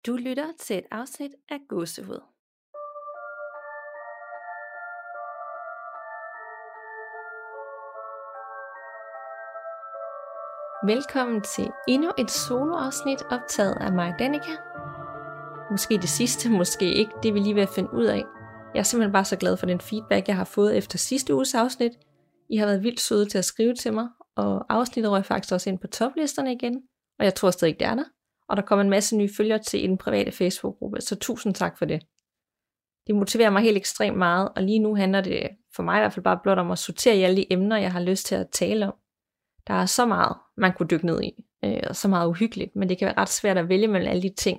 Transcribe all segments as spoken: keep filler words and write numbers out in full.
Du lytter til et afsnit af Gåsehud. Velkommen til endnu et soloafsnit optaget af mig og Danika. Måske det sidste, måske ikke, det er vi lige ved at finde ud af. Jeg er simpelthen bare så glad for den feedback, jeg har fået efter sidste uges afsnit. I har været vildt søde til at skrive til mig, og afsnittet røg faktisk også ind på toplisterne igen, og jeg tror stadig ikke, det er der. Og der kommer en masse nye følgere til i den private Facebook-gruppe, så tusind tak for det. Det motiverer mig helt ekstremt meget, og lige nu handler det for mig i hvert fald bare blot om at sortere i alle de emner, jeg har lyst til at tale om. Der er så meget, man kunne dykke ned i, øh, og så meget uhyggeligt, men det kan være ret svært at vælge mellem alle de ting.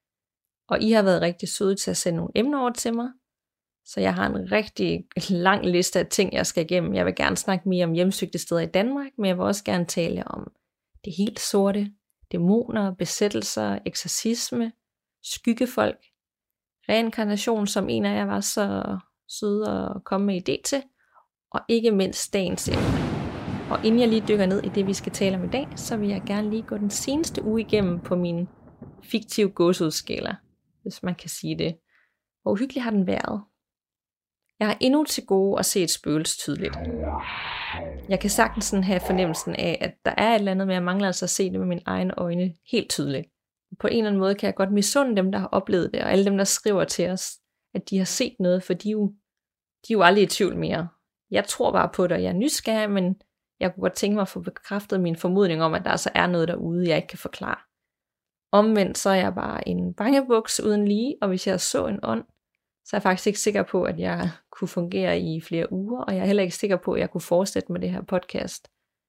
Og I har været rigtig søde til at sende nogle emner over til mig, så jeg har en rigtig lang liste af ting, jeg skal igennem. Jeg vil gerne snakke mere om hjemsøgte steder i Danmark, men jeg vil også gerne tale om det helt sorte, dæmoner, besættelser, eksorcisme, skyggefolk, reinkarnation, som en af jer var så søde at komme med idé til, og ikke mindst dagens emne. Og inden jeg lige dykker ned i det, vi skal tale om i dag, så vil jeg gerne lige gå den seneste uge igennem på min fiktive gåsehudskala, hvis man kan sige det. Hvor uhyggelig har den været? Jeg har endnu til gode at se et spøgelse tydeligt. Jeg kan sagtens sådan have fornemmelsen af, at der er et eller andet med, at jeg mangler altså at se det med mine egne øjne helt tydeligt. På en eller anden måde kan jeg godt misunde dem, der har oplevet det, og alle dem, der skriver til os, at de har set noget, for de er jo, de er jo aldrig i tvivl mere. Jeg tror bare på det, og jeg er nysgerrig, men jeg kunne godt tænke mig at få bekræftet min formodning om, at der altså er noget derude, jeg ikke kan forklare. Omvendt så er jeg bare en bangebuks uden lige, og hvis jeg så en ånd, så er jeg faktisk ikke sikker på, at jeg kunne fungere i flere uger, og jeg er heller ikke sikker på, at jeg kunne fortsætte med det her podcast.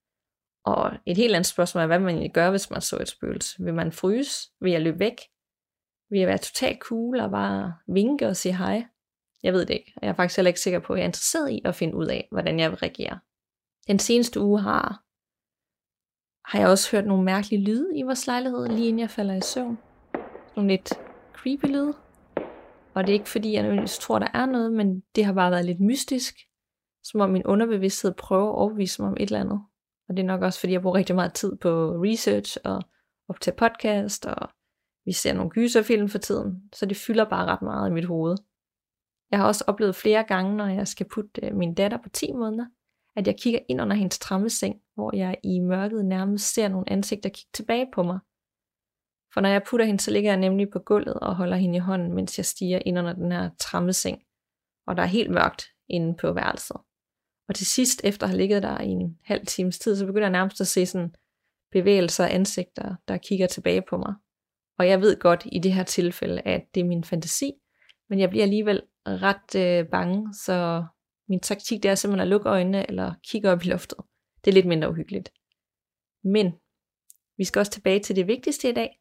Og et helt andet spørgsmål er, hvad man egentlig gør, hvis man så et spøgelse. Vil man fryse? Vil jeg løbe væk? Vil jeg være totalt cool og bare vinke og sige hej? Jeg ved det ikke, og jeg er faktisk heller ikke sikker på, at jeg er interesseret i at finde ud af, hvordan jeg vil reagere. Den seneste uge har, har jeg også hørt nogle mærkelige lyde i vores lejlighed, lige inden jeg falder i søvn. Nogle lidt creepy lyde. Og det er ikke fordi, jeg nødvendigvis tror, der er noget, men det har bare været lidt mystisk. Som om min underbevidsthed prøver at overbevise mig om et eller andet. Og det er nok også fordi, jeg bruger rigtig meget tid på research og optage podcast, og vi ser nogle gyserfilm for tiden. Så det fylder bare ret meget i mit hoved. Jeg har også oplevet flere gange, når jeg skal putte min datter på ti måneder, at jeg kigger ind under hendes trammeseng, hvor jeg i mørket nærmest ser nogle ansigter kigge tilbage på mig. For når jeg putter hende, så ligger jeg nemlig på gulvet og holder hende i hånden, mens jeg stiger ind under den her trammeseng. Og der er helt mørkt inde på værelset. Og til sidst, efter at have ligget der i en halv times tid, så begynder jeg nærmest at se sådan bevægelser af ansigter, der kigger tilbage på mig. Og jeg ved godt i det her tilfælde, at det er min fantasi, men jeg bliver alligevel ret øh, bange, så min taktik det er simpelthen at lukke øjnene eller kigge op i loftet. Det er lidt mindre uhyggeligt. Men vi skal også tilbage til det vigtigste i dag.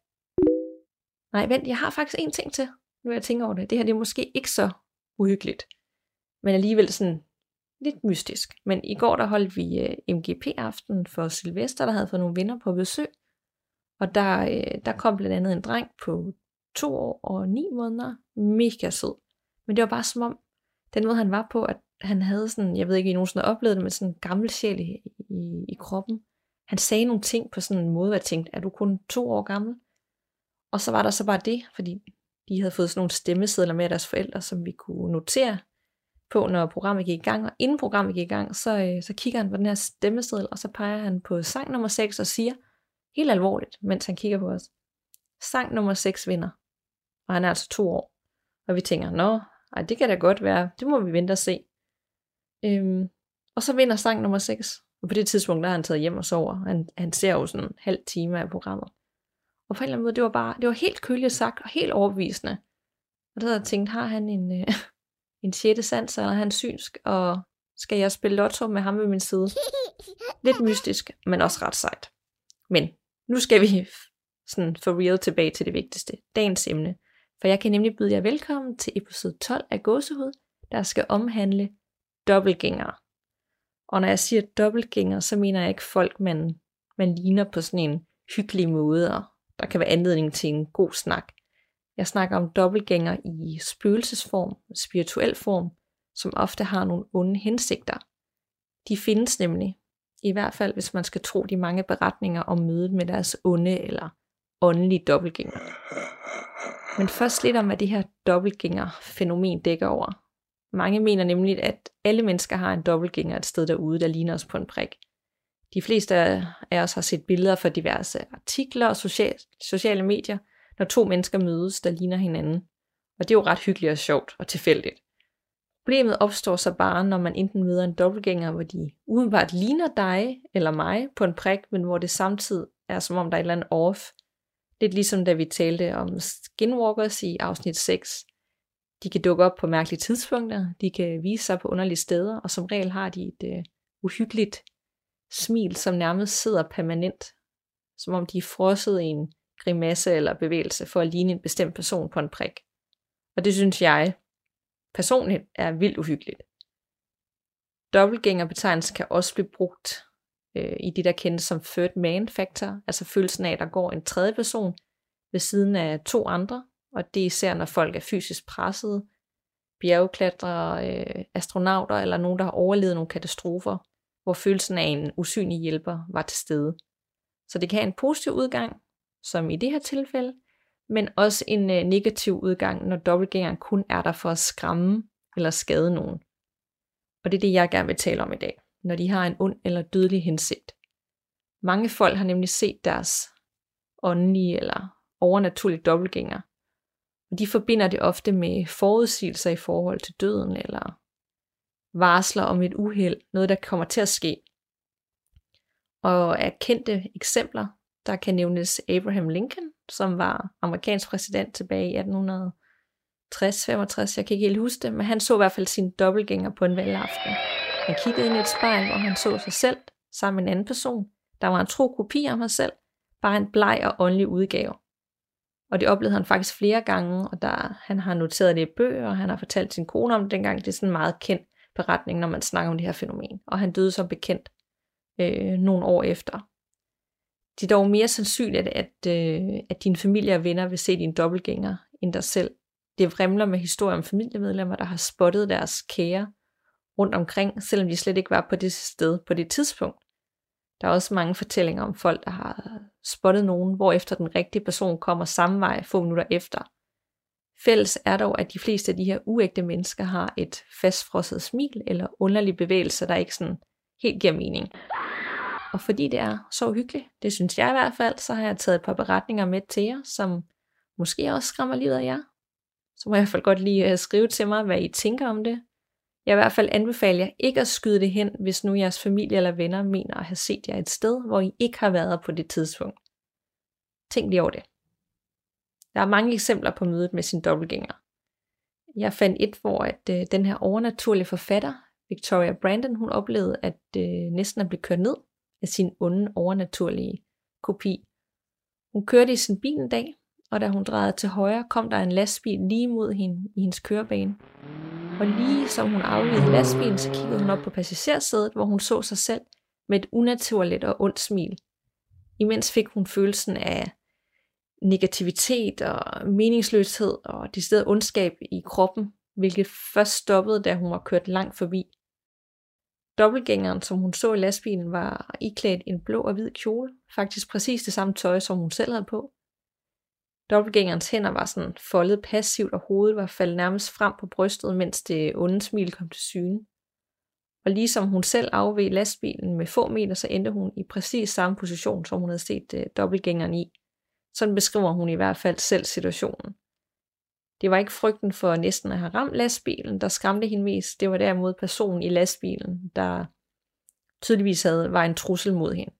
Nej, vent, jeg har faktisk en ting til, nu jeg tænker over det. Det her det er måske ikke så uhyggeligt, men alligevel sådan lidt mystisk. Men i går der holdt vi uh, M G P-aften for Sylvester, der havde fået nogle venner på besøg. Og der, uh, der kom blandt andet en dreng på to år og ni måneder. Mega sød. Men det var bare som om, den måde han var på, at han havde sådan, jeg ved ikke, I nogensinde har oplevet det, med sådan en gammel sjæl i, i, i kroppen. Han sagde nogle ting på sådan en måde, hvor jeg tænkte, er du kun to år gammel? Og så var der så bare det, fordi de havde fået sådan nogle stemmesedler med deres forældre, som vi kunne notere på, når programmet gik i gang. Og inden programmet gik i gang, så, så kigger han på den her stemmeseddel, og så peger han på sang nummer seks og siger, helt alvorligt, mens han kigger på os, sang nummer seks vinder. Og han er altså to år. Og vi tænker, nå, ej, det kan da godt være, det må vi vente og se. Øhm, og så vinder sang nummer seks. Og på det tidspunkt, der har han taget hjem og sover. Han, han ser jo sådan en halv time af programmet. Og på en eller anden måde, det var bare, det var helt køligt sagt og helt overbevisende. Og der havde jeg tænkt, har han en, øh, en sjette sans, eller er han synsk, og skal jeg spille lotto med ham ved min side? Lidt mystisk, men også ret sejt. Men nu skal vi sådan for real tilbage til det vigtigste, dagens emne. For jeg kan nemlig byde jer velkommen til episode tolv af Gåsehud, der skal omhandle dobbeltgængere. Og når jeg siger dobbeltgængere, så mener jeg ikke folk, man, man ligner på sådan en hyggelig måde, og der kan være anledning til en god snak. Jeg snakker om dobbeltgængere i spøgelsesform, spirituel form, som ofte har nogle onde hensigter. De findes nemlig, i hvert fald hvis man skal tro de mange beretninger om mødet med deres onde eller åndelige dobbeltgængere. Men først lidt om, hvad det her dobbeltgænger-fænomen dækker over. Mange mener nemlig, at alle mennesker har en dobbeltgænger et sted derude, der ligner os på en prik. De fleste af os har set billeder fra diverse artikler og sociale medier, når to mennesker mødes, der ligner hinanden. Og det er jo ret hyggeligt og sjovt og tilfældigt. Problemet opstår så bare, når man enten møder en dobbeltgænger, hvor de umiddelbart ligner dig eller mig på en prik, men hvor det samtidig er som om der er et eller andet off. Lidt ligesom da vi talte om skinwalkers i afsnit seks. De kan dukke op på mærkelige tidspunkter, de kan vise sig på underlige steder, og som regel har de et uh, uhyggeligt smil, som nærmest sidder permanent, som om de er frosset i en grimasse eller bevægelse for at ligne en bestemt person på en prik. Og det synes jeg personligt er vildt uhyggeligt. Dobbeltgængerbetegnelsen kan også blive brugt øh, i det, der kendes som third man factor, altså følelsen af, at der går en tredje person ved siden af to andre, og det er især, når folk er fysisk pressede, bjergklatrere, øh, astronauter eller nogen, der har overlevet nogle katastrofer, hvor følelsen af en usynlig hjælper var til stede. Så det kan have en positiv udgang, som i det her tilfælde, men også en øh, negativ udgang, når dobbeltgængeren kun er der for at skræmme eller skade nogen. Og det er det, jeg gerne vil tale om i dag, når de har en ond eller dødelig hensigt. Mange folk har nemlig set deres åndelige eller overnaturlige dobbeltgænger, og de forbinder det ofte med forudsigelser i forhold til døden, eller varsler om et uheld, noget der kommer til at ske. Og af kendte eksempler, der kan nævnes Abraham Lincoln, som var amerikansk præsident tilbage i atten tres femogtres, jeg kan ikke helt huske det, men han så i hvert fald sin dobbeltgænger på en valgaften. Han kiggede ind i et spejl, hvor han så sig selv sammen med en anden person. Der var en tro kopi af ham selv, bare en bleg og åndelig udgave. Og det oplevede han faktisk flere gange, og der, han har noteret det i bøger, og han har fortalt sin kone om det dengang. Det er sådan en meget kendt beretning, når man snakker om det her fænomen. Og han døde som bekendt øh, nogle år efter. Det er dog mere sandsynligt, at, at, øh, at din familie og venner vil se din dobbeltgænger end dig selv. Det vrimler med historier om familiemedlemmer, der har spottet deres kære rundt omkring, selvom de slet ikke var på det sted på det tidspunkt. Der er også mange fortællinger om folk, der har spottet nogen, hvorefter den rigtige person kommer samme vej få minutter efter. Fælles er dog, at de fleste af de her uægte mennesker har et fastfrosset smil eller underlige bevægelser, der ikke sådan helt giver mening. Og fordi det er så uhyggeligt, det synes jeg i hvert fald, så har jeg taget et par beretninger med til jer, som måske også skræmmer livet af jer. Så må jeg i hvert fald godt lige skrive til mig, hvad I tænker om det. Jeg vil i hvert fald anbefale jer ikke at skyde det hen, hvis nu jeres familie eller venner mener at have set jer et sted, hvor I ikke har været på det tidspunkt. Tænk lige over det. Der er mange eksempler på mødet med sin dobbeltgænger. Jeg fandt et, hvor at, øh, den her overnaturlige forfatter, Victoria Brandon, hun oplevede at øh, næsten at blive kørt ned af sin onde overnaturlige kopi. Hun kørte i sin bil en dag, og da hun drejede til højre, kom der en lastbil lige mod hende i hendes kørebane. Og lige som hun afvigede lastbilen, så kiggede hun op på passagersædet, hvor hun så sig selv med et unaturligt og ondt smil. Imens fik hun følelsen af negativitet og meningsløshed og decideret ondskab i kroppen, hvilket først stoppede, da hun var kørt langt forbi. Dobbeltgængeren, som hun så i lastbilen, var iklædt en blå og hvid kjole, faktisk præcis det samme tøj, som hun selv havde på. Dobbeltgængerens hænder var sådan foldet passivt, og hovedet var faldet nærmest frem på brystet, mens det onde smil kom til syne. Og ligesom hun selv afveg lastbilen med få meter, så endte hun i præcis samme position, som hun havde set uh, dobbeltgængeren i. Sådan beskriver hun i hvert fald selv situationen. Det var ikke frygten for næsten at have ramt lastbilen, der skræmte hende mest. Det var derimod personen i lastbilen, der tydeligvis havde, var en trussel mod hende.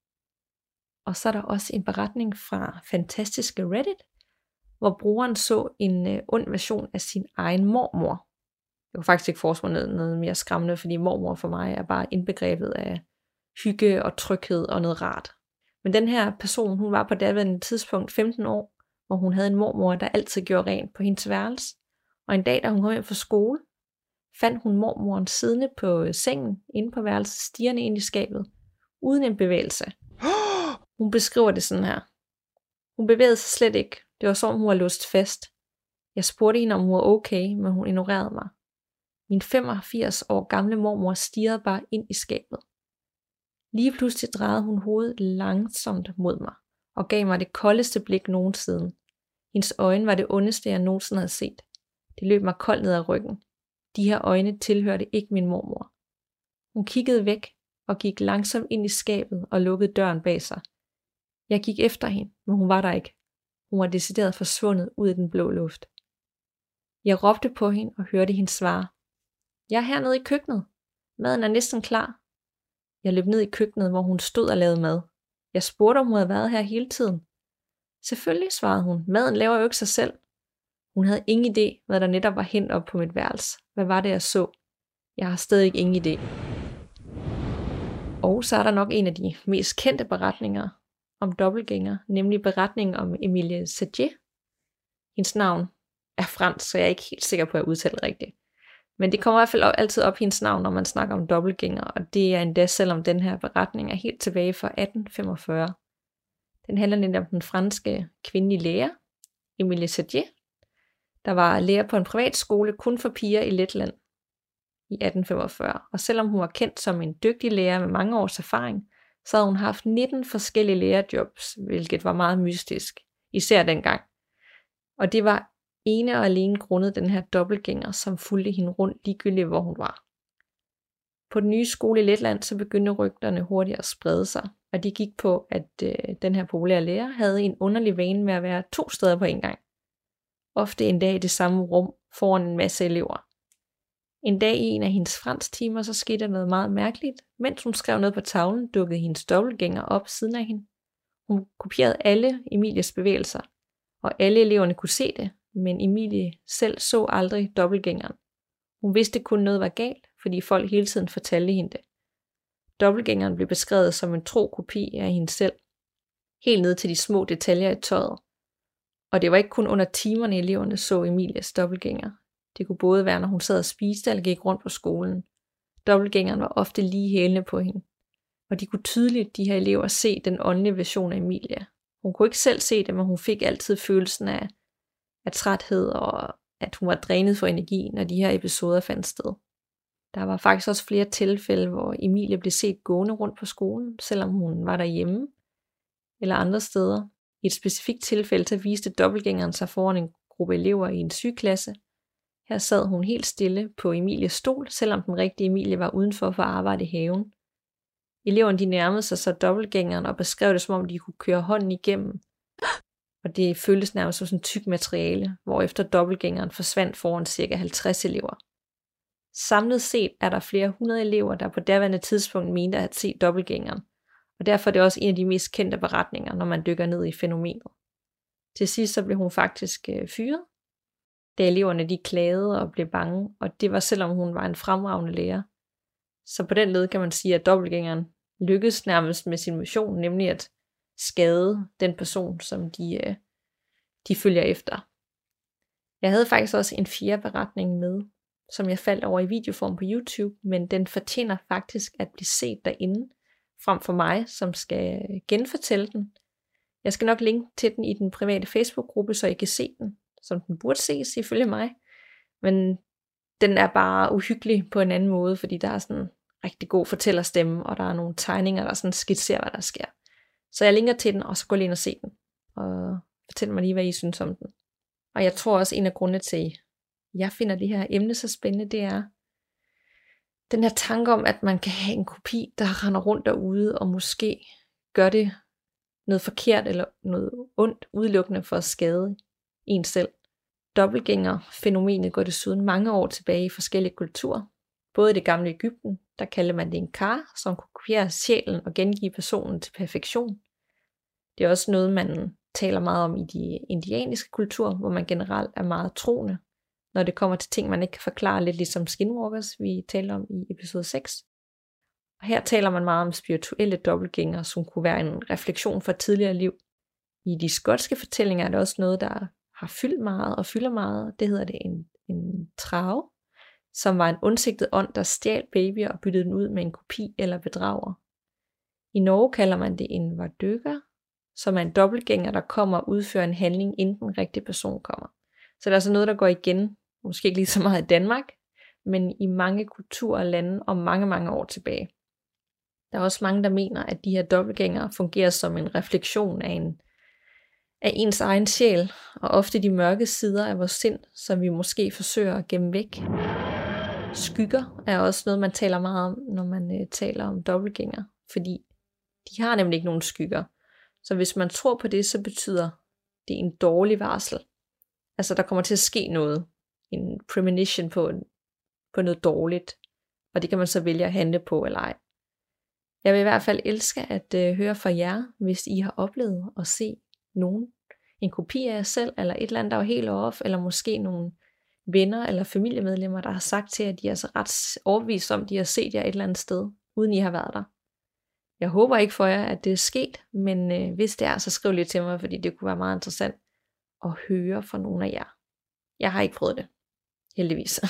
Og så er der også en beretning fra fantastiske Reddit, hvor brugeren så en øh, ond version af sin egen mormor. Jeg kunne faktisk ikke forestille mig noget mere skræmmende, fordi mormor for mig er bare indbegrebet af hygge og tryghed og noget rart. Men den her person, hun var på daværende tidspunkt femten år, hvor hun havde en mormor, der altid gjorde rent på hendes værelse. Og en dag, da hun kom hjem fra skole, fandt hun mormoren siddende på sengen inde på værelset, stirrende ind i skabet, uden en bevægelse. Hun beskriver det sådan her. Hun bevægede sig slet ikke. Det var som, hun var låst fast. Jeg spurgte hende, om hun var okay, men hun ignorerede mig. Min femogfirs år gamle mormor stirrede bare ind i skabet. Lige pludselig drejede hun hovedet langsomt mod mig, og gav mig det koldeste blik nogensinde. Hendes øjne var det ondeste, jeg nogensinde havde set. Det løb mig koldt ned ad ryggen. De her øjne tilhørte ikke min mormor. Hun kiggede væk og gik langsomt ind i skabet og lukkede døren bag sig. Jeg gik efter hende, men hun var der ikke. Hun var decideret forsvundet ud i den blå luft. Jeg råbte på hende og hørte hende svare. Jeg er hernede i køkkenet. Maden er næsten klar. Jeg løb ned i køkkenet, hvor hun stod og lavede mad. Jeg spurgte, om hun havde været her hele tiden. Selvfølgelig, svarede hun. Maden laver jo ikke sig selv. Hun havde ingen idé, hvad der netop var hændt op på mit værelse. Hvad var det, jeg så? Jeg har stadig ingen idé. Og så er der nok en af de mest kendte beretninger om dobbeltgænger, nemlig beretningen om Emilie Saget. Hendes navn er fransk, så jeg er ikke helt sikker på, at jeg udtaler det rigtigt. Men det kommer i hvert fald altid op hendes navn, når man snakker om dobbeltgænger, og det er endda, selvom den her beretning er helt tilbage fra atten femogfyrre. Den handler nemlig om den franske kvindelige lærer, Emilie Saget, der var lærer på en privatskole kun for piger i Letland i atten femogfyrre. Og selvom hun var kendt som en dygtig lærer med mange års erfaring, så havde hun haft nitten forskellige lærerjobs, hvilket var meget mystisk, især dengang. Og det var ene og alene grundet den her dobbeltgænger, som fulgte hende rundt ligegyldigt, hvor hun var. På den nye skole i Letland, så begyndte rygterne hurtigt at sprede sig, og de gik på, at øh, den her populære lærer havde en underlig vane med at være to steder på en gang. Ofte en dag i det samme rum foran en masse elever. En dag i en af hendes fransktimer, så skete der noget meget mærkeligt. Mens hun skrev noget på tavlen, dukkede hendes dobbeltgænger op siden af hende. Hun kopierede alle Emilies bevægelser, og alle eleverne kunne se det, men Emilie selv så aldrig dobbeltgængeren. Hun vidste kun noget var galt, fordi folk hele tiden fortalte hende det. Dobbeltgængeren blev beskrevet som en tro kopi af hende selv, helt ned til de små detaljer i tøjet. Og det var ikke kun under timerne, eleverne så Emilies dobbeltgænger. Det kunne både være, når hun sad og spiste eller gik rundt på skolen. Dobbeltgængeren var ofte lige hælende på hende. Og de kunne tydeligt, de her elever, se den åndelige version af Emilie. Hun kunne ikke selv se det, men hun fik altid følelsen af, af træthed og at hun var drænet for energi, når de her episoder fandt sted. Der var faktisk også flere tilfælde, hvor Emilie blev set gående rundt på skolen, selvom hun var derhjemme eller andre steder. I et specifikt tilfælde så viste dobbeltgængeren sig foran en gruppe elever i en sygeklasse. Her sad hun helt stille på Emilies stol, selvom den rigtige Emilie var udenfor for at arbejde i haven. Eleverne de nærmede sig så dobbeltgængeren og beskrev det, som om de kunne køre hånden igennem. Og det føltes nærmest som sådan en tyk materiale, hvorefter dobbeltgængeren forsvandt foran ca. halvtreds elever. Samlet set er der flere hundrede elever, der på daværende tidspunkt mente at have set dobbeltgængeren, og derfor er det også en af de mest kendte beretninger, når man dykker ned i fænomenet. Til sidst så blev hun faktisk øh, fyret, da eleverne de klagede og blev bange, og det var selvom hun var en fremragende lærer. Så på den led kan man sige, at dobbeltgængeren lykkedes nærmest med sin mission, nemlig at skade den person, som de, øh, de følger efter. Jeg havde faktisk også en fjerde beretning med, som jeg faldt over i videoform på YouTube, men den fortjener faktisk at blive set derinde, frem for mig, som skal genfortælle den. Jeg skal nok linke til den i den private Facebook-gruppe, så I kan se den, som den burde ses ifølge mig. Men den er bare uhyggelig på en anden måde, fordi der er sådan en rigtig god fortællerstemme, og der er nogle tegninger, der sådan skitserer, hvad der sker. Så jeg linker til den, og så gå lige ind og se den, og fortæl mig lige, hvad I synes om den. Og jeg tror også, en af grundene til, at jeg finder det her emne så spændende, det er den her tanke om, at man kan have en kopi, der render rundt derude, og måske gør det noget forkert eller noget ondt, udelukkende for at skade en selv. Dobbeltgængerfænomenet går desuden mange år tilbage i forskellige kulturer. Både i det gamle Egypten, der kaldte man det en kar, som kunne kopiere sjælen og gengive personen til perfektion. Det er også noget, man taler meget om i de indianiske kulturer, hvor man generelt er meget troende, når det kommer til ting, man ikke kan forklare, lidt ligesom skinwalkers, vi taler om i episode seks. Og her taler man meget om spirituelle dobbeltgængere, som kunne være en refleksion fra tidligere liv. I de skotske fortællinger er det også noget, der har fyldt meget og fylder meget. Det hedder det en, en trave, som var en ondsigtet ånd, der stjal babyer og byttede den ud med en kopi eller bedrager. I Norge kalder man det en vardykker, som er en dobbeltgænger, der kommer og udfører en handling, inden den rigtige person kommer. Så der er altså noget, der går igen, måske ikke lige så meget i Danmark, men i mange kulturer og lande og mange, mange år tilbage. Der er også mange, der mener, at de her dobbeltgængere fungerer som en refleksion af en, af ens egen sjæl, og ofte de mørke sider af vores sind, som vi måske forsøger at gemme væk. Skygger er også noget, man taler meget om, når man øh, taler om dobbeltgænger, fordi de har nemlig ikke nogen skygger. Så hvis man tror på det, så betyder det en dårlig varsel. Altså der kommer til at ske noget, en premonition på, på noget dårligt, og det kan man så vælge at handle på eller ej. Jeg vil i hvert fald elske at øh, høre fra jer, hvis I har oplevet at se nogen, en kopi af jer selv, eller et eller andet, der var helt off, eller måske nogle venner eller familiemedlemmer, der har sagt til jer, at de er så ret overbevist om, at de har set jer et eller andet sted, uden I har været der. Jeg håber ikke for jer, at det er sket, men øh, hvis det er, så skriv lidt til mig, fordi det kunne være meget interessant at høre fra nogle af jer. Jeg har ikke prøvet det, heldigvis.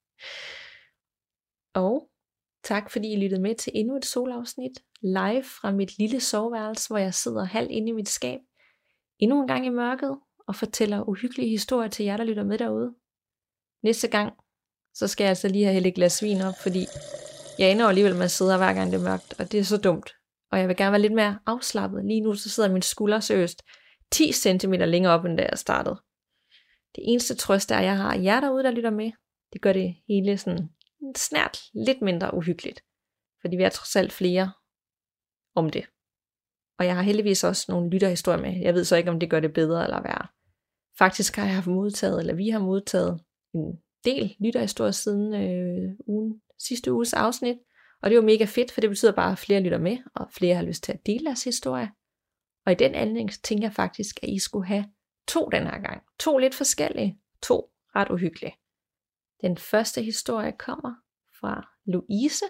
Og tak fordi I lyttede med til endnu et solafsnit, live fra mit lille soveværelse, hvor jeg sidder halvt inde i mit skab, endnu en gang i mørket, og fortæller uhyggelige historier til jer, der lytter med derude. Næste gang, så skal jeg altså lige have hældt et glas vin op, fordi jeg ender alligevel med at sidde her, hver gang det er mørkt, og det er så dumt. Og jeg vil gerne være lidt mere afslappet. Lige nu så sidder min skulder seriøst ti centimeter længere op, end da jeg startede. Det eneste trøst er, at jeg har jer derude, der lytter med. Det gør det hele sådan snært lidt mindre uhyggeligt. Fordi vi er trods alt flere om det. Og jeg har heldigvis også nogle lytterhistorier med. Jeg ved så ikke, om det gør det bedre eller værre. Faktisk har jeg haft modtaget, eller vi har modtaget en del lytterhistorier siden øh, ugen, sidste uges afsnit. Og det er jo mega fedt, for det betyder bare, at flere lytter med, og flere har lyst til at dele deres historie. Og i den anledning tænker jeg faktisk, at I skulle have to den her gang. To lidt forskellige, to ret uhyggelige. Den første historie kommer fra Louise.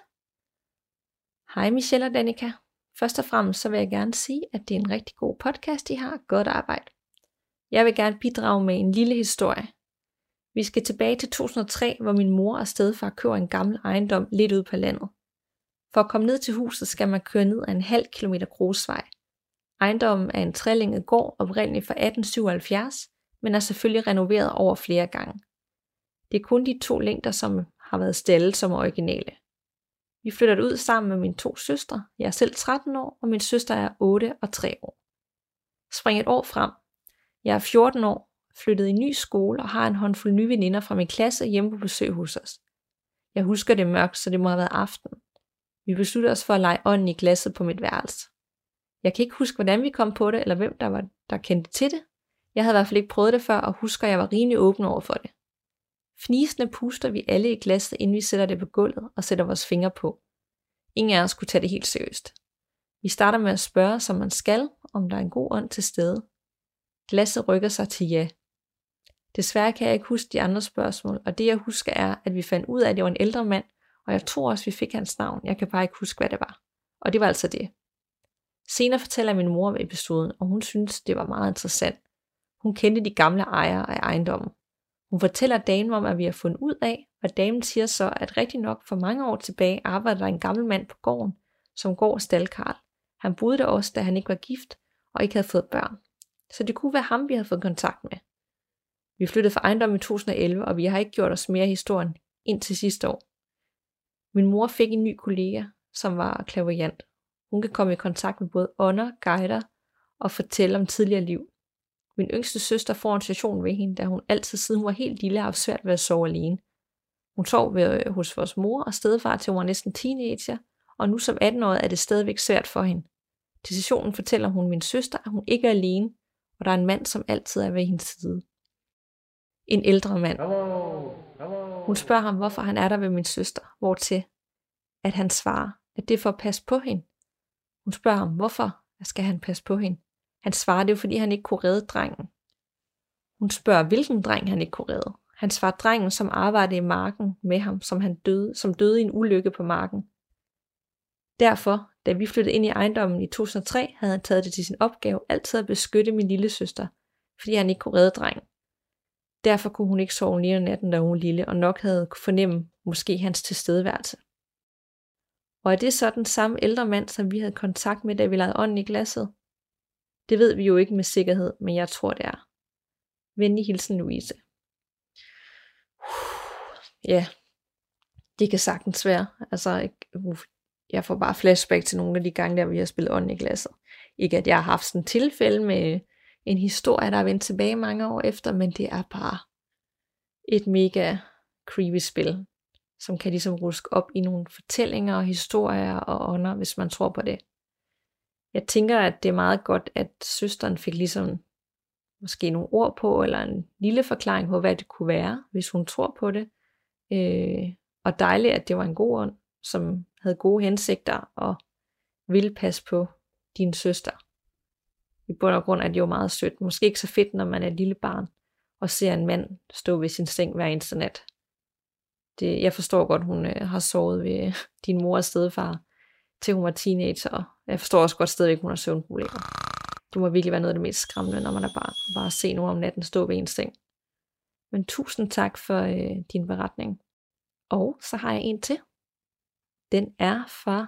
Hej Michelle og Danika. Først og fremmest så vil jeg gerne sige, at det er en rigtig god podcast, I har. Godt arbejde. Jeg vil gerne bidrage med en lille historie. Vi skal tilbage til to tusind og tre, hvor min mor og stedfar køber en gammel ejendom lidt ude på landet. For at komme ned til huset skal man køre ned ad en halv kilometer grusvej. Ejendommen er en trelænget gård, oprindeligt fra atten syvoghalvfjerds, men er selvfølgelig renoveret over flere gange. Det er kun de to længder, som har været stallet som originale. Vi flytter ud sammen med mine to søstre. Jeg er selv tretten år, og min søster er otte og tre år. Spring et år frem. Jeg er fjorten år, flyttet i en ny skole og har en håndfuld nye veninder fra min klasse hjemme på besøg hos os. Jeg husker det mørkt, så det må have været aften. Vi besluttede os for at lege ånden i glasset på mit værelse. Jeg kan ikke huske, hvordan vi kom på det, eller hvem der var, der kendte til det. Jeg havde i hvert fald ikke prøvet det før, og husker, at jeg var rimelig åben over for det. Fnisende puster vi alle i glasset, inden vi sætter det på gulvet og sætter vores fingre på. Ingen af os kunne tage det helt seriøst. Vi starter med at spørge, som man skal, om der er en god ånd til stede. Glasset rykker sig til ja. Desværre kan jeg ikke huske de andre spørgsmål, og det jeg husker er, at vi fandt ud af, at det var en ældre mand, og jeg tror også, vi fik hans navn. Jeg kan bare ikke huske, hvad det var. Og det var altså det. Senere fortæller min mor om episoden, og hun synes, det var meget interessant. Hun kendte de gamle ejere af ejendommen. Hun fortæller damen om, at vi har fundet ud af, og damen siger så, at rigtig nok for mange år tilbage arbejdede der en gammel mand på gården, som går staldkarl. Han boede der også, da han ikke var gift, og ikke havde fået børn. Så det kunne være ham, vi havde fået kontakt med. Vi flyttede fra ejendommen i to tusind og elleve, og vi har ikke gjort os mere i historien indtil sidste år. Min mor fik en ny kollega, som var clairvoyant. Hun kan komme i kontakt med både ånder, guider og fortælle om tidligere liv. Min yngste søster får en session ved hende, da hun altid siden hun var helt lille har haft svært ved at sove alene. Hun sov ved, hos vores mor og stedfar til hun var næsten teenager, og nu som atten-årig er det stadigvæk svært for hende. Til sessionen fortæller hun min søster, at hun ikke er alene, og der er en mand, som altid er ved hendes side. En ældre mand. Hun spørger ham, hvorfor han er der ved min søster, hvortil at han svarer, at det er for at passe på hende. Hun spørger ham, hvorfor skal han passe på hende? Han svarer, det er fordi han ikke kunne redde drengen. Hun spørger, hvilken dreng han ikke kunne redde. Han svarer, drengen, som arbejdede i marken med ham, som han døde, som døde i en ulykke på marken. Derfor, da vi flyttede ind i ejendommen i to tusind og tre, havde han taget det til sin opgave altid at beskytte min lille søster, fordi han ikke kunne redde drengen. Derfor kunne hun ikke sove lige om natten, da hun var lille, og nok havde fornemme måske hans tilstedeværelse. Og er det så den samme ældre mand, som vi havde kontakt med, da vi lavede ånden i glasset? Det ved vi jo ikke med sikkerhed, men jeg tror det er. Venlig hilsen, Louise. Ja, det kan sagtens være. Altså, jeg får bare flashback til nogle af de gange, der vi har spillet ånden i glasset. Ikke at jeg har haft sådan et tilfælde med en historie, der er vendt tilbage mange år efter, men det er bare et mega creepy spil, som kan ligesom ruske op i nogle fortællinger og historier og ånder, hvis man tror på det. Jeg tænker, at det er meget godt, at søsteren fik ligesom måske nogle ord på, eller en lille forklaring på, hvad det kunne være, hvis hun tror på det. Øh, og dejligt, at det var en god ånd, som havde gode hensigter og ville passe på din søster. I bund og grund er det jo meget sødt. Måske ikke så fedt, når man er et lille barn, og ser en mand stå ved sin seng hver eneste nat. Det, jeg forstår godt, hun øh, har sovet ved din mor og stedfar, til hun var teenager, og jeg forstår også godt stadigvæk, hun har søvnproblemer. Det må virkelig være noget af det mest skræmmende, når man er barn. Bare at se nogen om natten stå ved en seng. Men tusind tak for øh, din beretning. Og så har jeg en til. Den er fra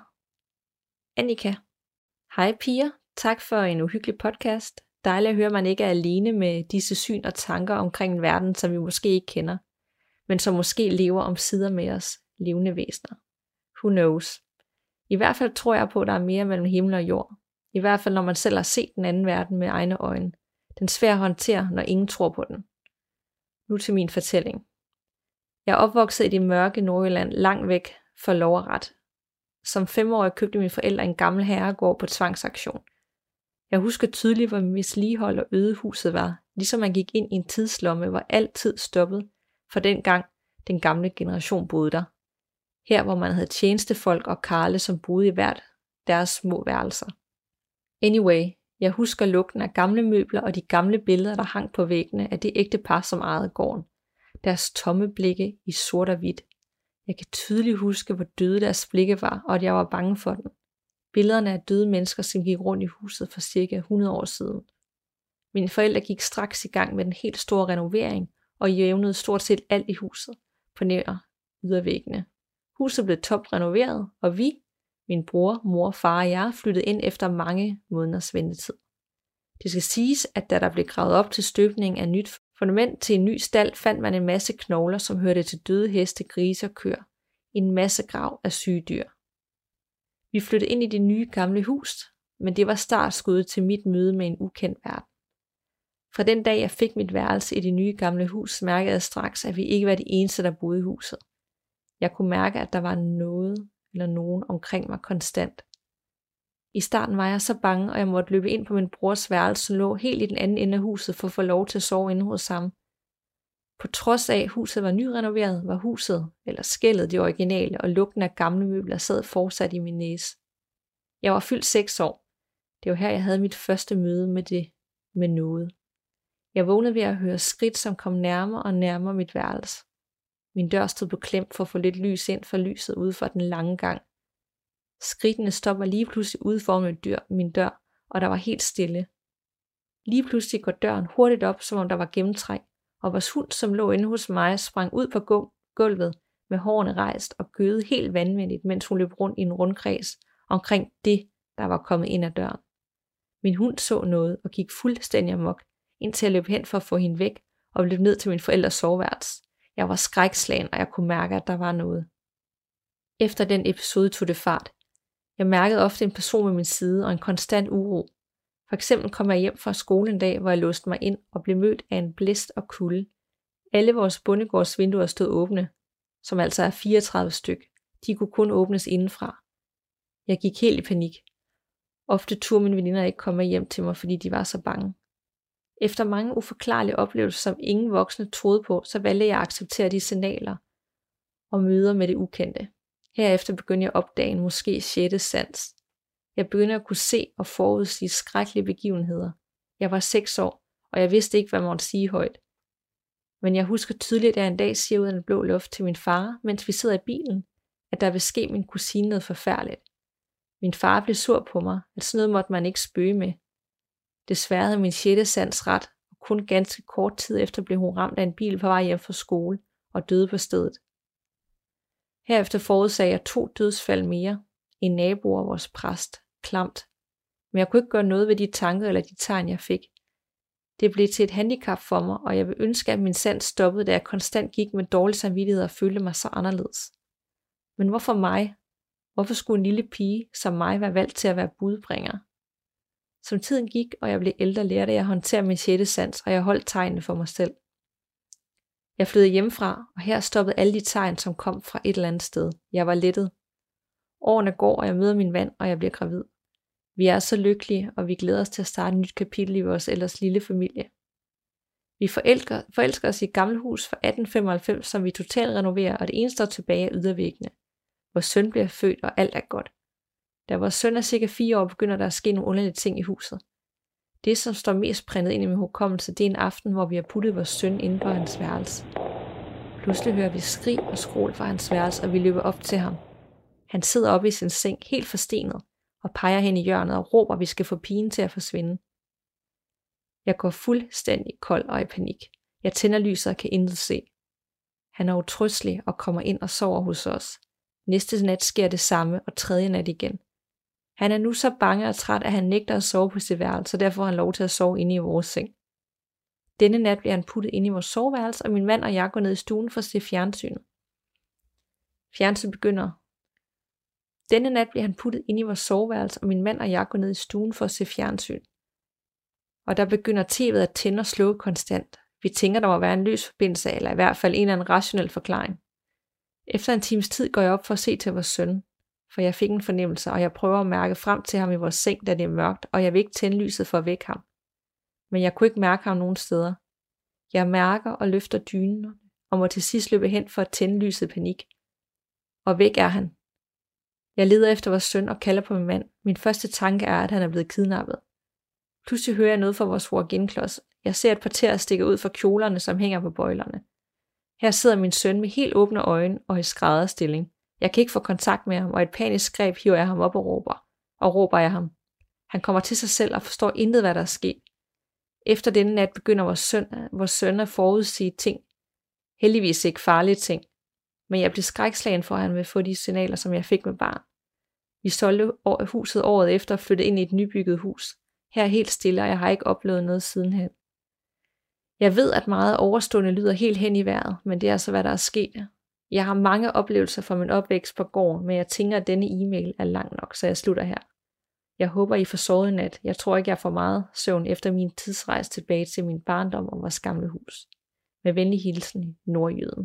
Annika. Hej piger, tak for en uhyggelig podcast. Dejligt at høre, at man ikke er alene med disse syn og tanker omkring en verden, som vi måske ikke kender, men som måske lever om sider med os, levende væsener. Who knows? I hvert fald tror jeg på, at der er mere mellem himmel og jord. I hvert fald, når man selv har set den anden verden med egne øjne. Den er svær at håndtere, når ingen tror på den. Nu til min fortælling. Jeg er opvokset i det mørke Nordjylland, langt væk fra lov og ret. Som femårig købte mine forældre en gammel herregård på tvangsaktion. Jeg husker tydeligt, hvor misligeholdt og øde huset var, ligesom man gik ind i en tidslomme, hvor alt tid stoppede, for dengang den gamle generation boede der. Her, hvor man havde tjenestefolk og karle, som boede i hvert deres små værelser. Anyway, jeg husker lugten af gamle møbler og de gamle billeder, der hang på væggene af det ægtepar, som ejede gården. Deres tomme blikke i sort og hvidt. Jeg kan tydeligt huske, hvor døde deres blikke var, og at jeg var bange for dem. Billederne af døde mennesker, som gik rundt i huset for cirka hundrede år siden. Mine forældre gik straks i gang med den helt store renovering, og jævnede stort set alt i huset på nær ydervæggene. Huset blev toprenoveret, og vi, min bror, mor, far og jeg, flyttede ind efter mange måneders ventetid. Det skal siges, at da der blev gravet op til støbningen af nyt fundament til en ny stald, fandt man en masse knogler, som hørte til døde heste, grise og køer. En masse grav af syge dyr. Vi flyttede ind i det nye gamle hus, men det var startskuddet til mit møde med en ukendt verden. Fra den dag, jeg fik mit værelse i det nye gamle hus, mærkede jeg straks, at vi ikke var de eneste, der boede i huset. Jeg kunne mærke, at der var noget eller nogen omkring mig konstant. I starten var jeg så bange, og jeg måtte løbe ind på min brors værelse, som lå helt i den anden ende af huset, for at få lov til at sove inde hos ham. På trods af, at huset var nyrenoveret, var huset, eller skældet, det originale, og lugten af gamle møbler sad fortsat i min næse. Jeg var fyldt seks år. Det var her, jeg havde mit første møde med det, med noget. Jeg vågnede ved at høre skridt, som kom nærmere og nærmere mit værelse. Min dør stod på klem for at få lidt lys ind for lyset ude for den lange gang. Skridtene stopper lige pludselig ude for min dør, min dør, og der var helt stille. Lige pludselig går døren hurtigt op, som om der var gennemtræk, og vores hund, som lå inde hos mig, sprang ud på gulvet med hårene rejst og gøede helt vanvittigt, mens hun løb rundt i en rundkreds omkring det, der var kommet ind ad døren. Min hund så noget og gik fuldstændig amok, indtil jeg løb hen for at få hende væk og løb ned til min forældres soveværelse. Jeg var skrækslagen, og jeg kunne mærke, at der var noget. Efter den episode tog det fart. Jeg mærkede ofte en person ved min side og en konstant uro. For eksempel kom jeg hjem fra skole en dag, hvor jeg låste mig ind og blev mødt af en blæst og kulde. Alle vores bondegårdsvinduer stod åbne, som altså er fireogtredive styk. De kunne kun åbnes indenfra. Jeg gik helt i panik. Ofte turde mine veninder ikke komme hjem til mig, fordi de var så bange. Efter mange uforklarlige oplevelser, som ingen voksne troede på, så valgte jeg at acceptere de signaler og møder med det ukendte. Herefter begyndte jeg at opdage en måske sjette sans. Jeg begyndte at kunne se og forudsige skrækkelige begivenheder. Jeg var seks år, og jeg vidste ikke, hvad man måtte sige højt. Men jeg husker tydeligt, at jeg en dag siger ud af den blå luft til min far, mens vi sidder i bilen, at der vil ske min kusine noget forfærdeligt. Min far blev sur på mig, at sådan noget måtte man ikke spøge med. Desværre havde min sjette sans ret, og kun ganske kort tid efter blev hun ramt af en bil på vej hjem fra skole og døde på stedet. Herefter forudsagde jeg to dødsfald mere, en nabo og vores præst, klamt. Men jeg kunne ikke gøre noget ved de tanker eller de tegn, jeg fik. Det blev til et handicap for mig, og jeg vil ønske, at min sans stoppede, da jeg konstant gik med dårlig samvittighed og følte mig så anderledes. Men hvorfor mig? Hvorfor skulle en lille pige som mig være valgt til at være budbringer? Som tiden gik, og jeg blev ældre, lærte jeg at håndtere min sjette sans, og jeg holdt tegnene for mig selv. Jeg flyttede hjemmefra, og her stoppede alle de tegn, som kom fra et eller andet sted. Jeg var lettet. Årene går, og jeg møder min mand, og jeg bliver gravid. Vi er så lykkelige, og vi glæder os til at starte et nyt kapitel i vores ellers lille familie. Vi forelsker, forelsker os i et gammelt hus fra atten femoghalvfems, som vi totalt renoverer, og det eneste, der er tilbage, er ydervæggene. Vores søn bliver født, og alt er godt. Da vores søn er cirka fire år, begynder der at ske nogle underlige ting i huset. Det, som står mest printet ind i min hukommelse, det er en aften, hvor vi har puttet vores søn inde på hans værelse. Pludselig hører vi skrig og skrål fra hans værelse, og vi løber op til ham. Han sidder oppe i sin seng, helt forstenet, og peger hen i hjørnet og råber, at vi skal få pigen til at forsvinde. Jeg går fuldstændig kold og i panik. Jeg tænder lyset og kan intet se. Han er utrøstelig og kommer ind og sover hos os. Næste nat sker det samme, og tredje nat igen. Han er nu så bange og træt, at han nægter at sove på sit værelse, så derfor får han lov til at sove inde i vores seng. Denne nat bliver han puttet inde i vores soveværelse, og min mand og jeg går ned i stuen for at se fjernsynet. Fjernsyn begynder. Denne nat bliver han puttet inde i vores soveværelse, og min mand og jeg går ned i stuen for at se fjernsyn. Og der begynder tv'et at tænde og slukke konstant. Vi tænker, der må være en løs forbindelse, eller i hvert fald en eller anden rationel forklaring. Efter en times tid går jeg op for at se til vores søn, for jeg fik en fornemmelse, og jeg prøver at mærke frem til ham i vores seng, da det er mørkt, og jeg vil ikke tænde lyset for at vække ham. Men jeg kunne ikke mærke ham nogen steder. Jeg mærker og løfter dynen, og må til sidst løbe hen for at tænde lyset i panik. Og væk er han. Jeg leder efter vores søn og kalder på min mand. Min første tanke er, at han er blevet kidnappet. Pludselig hører jeg noget fra vores horgenklods. Jeg ser et par tæer stikke ud fra kjolerne, som hænger på bøjlerne. Her sidder min søn med helt åbne øjne og i skrædderstilling. Jeg kan ikke få kontakt med ham, og et panisk greb hiver jeg ham op og råber. Og råber jeg ham. Han kommer til sig selv og forstår intet, hvad der er sket. Efter denne nat begynder vores søn, vores søn at forudsige ting. Heldigvis ikke farlige ting. Men jeg blev skrækslagen for, at han vil få de signaler, som jeg fik med barn. Vi solgte huset året efter og flyttede ind i et nybygget hus. Her er helt stille, og jeg har ikke oplevet noget sidenhen. Jeg ved, at meget overstående lyder helt hen i vejret, men det er altså, hvad der er sket. Jeg har mange oplevelser fra min opvækst på gården, men jeg tænker, at denne e-mail er lang nok, så jeg slutter her. Jeg håber, I får sovet i nat. Jeg tror ikke, jeg får meget søvn efter min tidsrejse tilbage til min barndom og vores gamle hus. Med venlig hilsen, Nordjyden.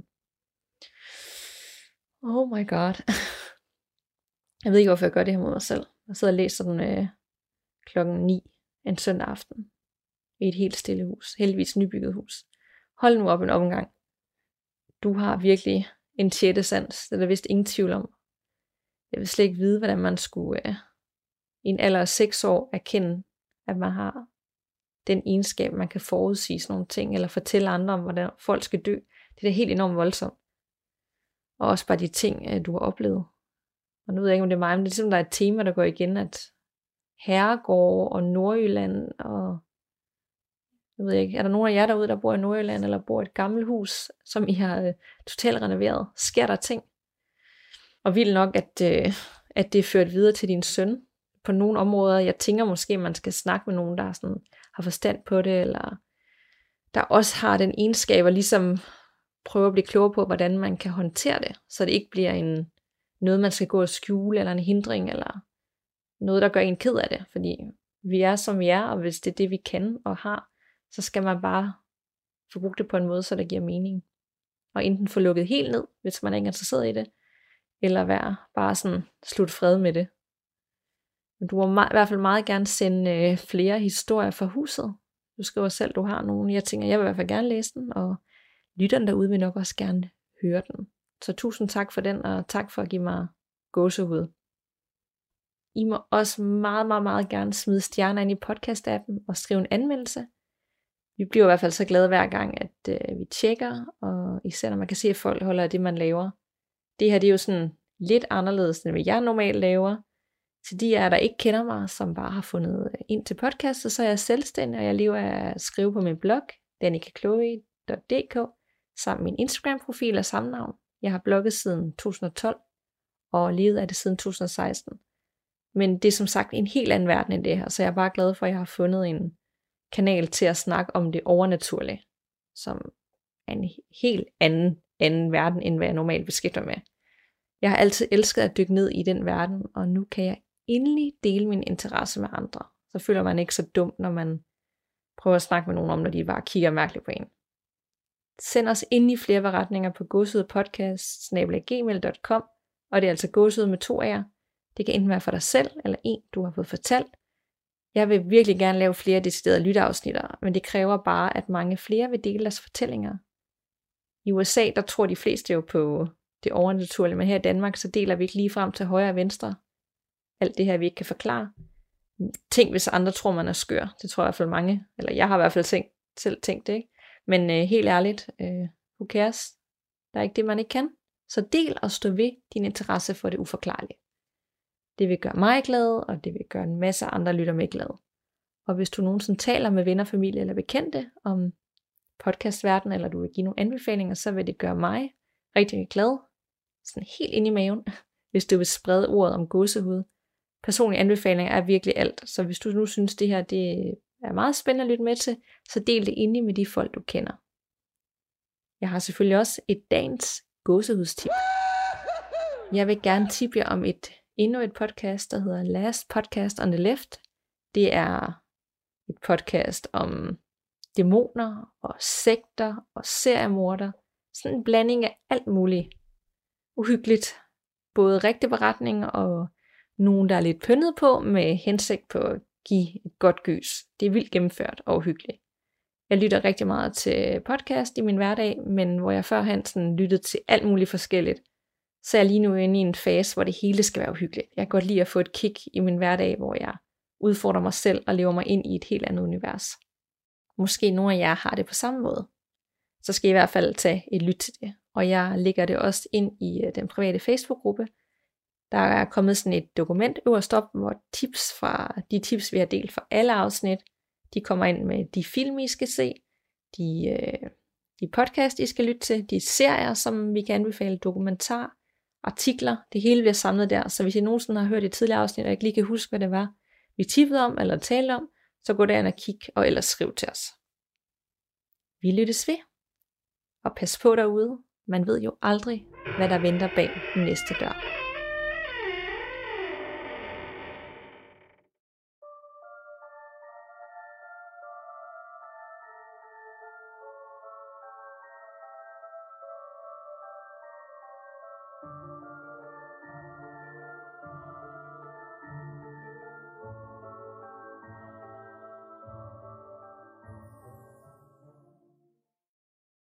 Oh my god. Jeg ved ikke, hvorfor jeg gør det her mod mig selv. Jeg sidder og læser den øh, klokken ni en søndag aften. I et helt stille hus. Heldigvis nybygget hus. Hold nu op en omgang. Du har virkelig en sjette sans. Det er der vist ingen tvivl om. Jeg vil slet ikke vide, hvordan man skulle øh, i en alder af seks år erkende, at man har den egenskab, man kan forudsige sådan nogle ting, eller fortælle andre om, hvordan folk skal dø. Det er da helt enormt voldsomt. Og også bare de ting, du har oplevet. Og nu ved jeg ikke, om det er mig, men det er ligesom, der er et tema, der går igen, at herregård og Nordjylland, og jeg ved ikke, er der nogen af jer derude, der bor i Nordjylland, eller bor i et gammelt hus, som I har øh, totalt renoveret? Sker der ting? Og vildt nok, at, øh, at det er ført videre til din søn. På nogle områder, jeg tænker måske, man skal snakke med nogen, der sådan, har forstand på det, eller der også har den egenskab, og ligesom prøve at blive klogere på, hvordan man kan håndtere det, så det ikke bliver en, noget, man skal gå og skjule, eller en hindring, eller noget, der gør en ked af det, fordi vi er, som vi er, og hvis det er det, vi kan og har, så skal man bare få brugt det på en måde, så det giver mening. Og enten få lukket helt ned, hvis man ikke er interesseret i det, eller være bare sådan slut fred med det. Men du må meget, i hvert fald meget gerne sende øh, flere historier fra huset. Du skriver selv, du har nogen. Jeg tænker, jeg vil i hvert fald gerne læse den, og lytterne derude vil nok også gerne høre den. Så tusind tak for den, og tak for at give mig gåsehud. I må også meget, meget, meget gerne smide stjerner ind i podcast-appen og skrive en anmeldelse. Vi bliver i hvert fald så glade hver gang, at øh, vi tjekker, og især når man kan se, at folk holder af det, man laver. Det her det er jo sådan lidt anderledes, end hvad jeg normalt laver. Til de af der ikke kender mig, som bare har fundet ind til podcastet, så er jeg selvstændig, og jeg lever af at skrive på min blog, danica chloe punktum d k, samt min Instagram-profil af samme navn. Jeg har blogget siden to tusind og tolv, og levet af det siden to tusind og seksten. Men det er som sagt en helt anden verden end det her, så jeg er bare glad for, at jeg har fundet en kanal til at snakke om det overnaturlige, som er en helt anden, anden verden, end hvad jeg normalt beskæftiger med. Jeg har altid elsket at dykke ned i den verden, og nu kan jeg endelig dele min interesse med andre. Så føler man ikke så dum, når man prøver at snakke med nogen om, når de bare kigger mærkeligt på en. Send os endelig flere beretninger på gåsehudpodcast snabel-a gmail punktum com, og det er altså gåsehud med to A'er. Det kan enten være for dig selv, eller en, du har fået fortalt. Jeg vil virkelig gerne lave flere deciderede lytteafsnitter, men det kræver bare, at mange flere vil dele deres fortællinger. I U S A, der tror de fleste jo på det overnaturlige, men her i Danmark, så deler vi ikke lige frem til højre og venstre. Alt det her, vi ikke kan forklare. Tænk, hvis andre tror, man er skør. Det tror jeg i hvert fald mange, eller jeg har i hvert fald tænkt, selv tænkt det, ikke? Men øh, helt ærligt, øh, who cares? Der er ikke det, man ikke kan. Så del og stå ved din interesse for det uforklarlige. Det vil gøre mig glad, og det vil gøre en masse andre lytter med glad. Og hvis du nogensinde taler med venner, familie eller bekendte om podcastverden, eller du vil give nogle anbefalinger, så vil det gøre mig rigtig glad. Sådan helt ind i maven, hvis du vil sprede ordet om gåsehud. Personlige anbefalinger er virkelig alt, så hvis du nu synes, det her det er meget spændende at lytte med til, så del det endelig med de folk, du kender. Jeg har selvfølgelig også et dagens gåsehudstip. Jeg vil gerne tippe jer om et endnu et podcast, der hedder Last Podcast on the Left. Det er et podcast om dæmoner og sekter og seriemorder. Sådan en blanding af alt muligt uhyggeligt. Både rigtige beretninger og nogle, der er lidt pyndet på med hensigt på at give et godt gys. Det er vildt gennemført og uhyggeligt. Jeg lytter rigtig meget til podcast i min hverdag, men hvor jeg førhen sådan lyttede til alt muligt forskelligt, så er jeg lige nu inde i en fase, hvor det hele skal være uhyggeligt. Jeg kan godt lide at få et kick i min hverdag, hvor jeg udfordrer mig selv og lever mig ind i et helt andet univers. Måske nogle af jer har det på samme måde. Så skal I i hvert fald tage et lyt til det. Og jeg lægger det også ind i den private Facebook-gruppe. Der er kommet sådan et dokument øverst op, hvor tips fra de tips, vi har delt for alle afsnit, de kommer ind med de film, I skal se, de, øh, de podcast, I skal lytte til, de serier, som vi kan anbefale, dokumentar, artikler, det hele bliver samlet der. Så hvis I nogensinde har hørt et tidligere afsnit, og ikke lige kan huske, hvad det var, vi tippede om eller talte om, så gå derind og kig, og ellers skriv til os. Vi lyttes ved, og pas på derude. Man ved jo aldrig, hvad der venter bag den næste dør.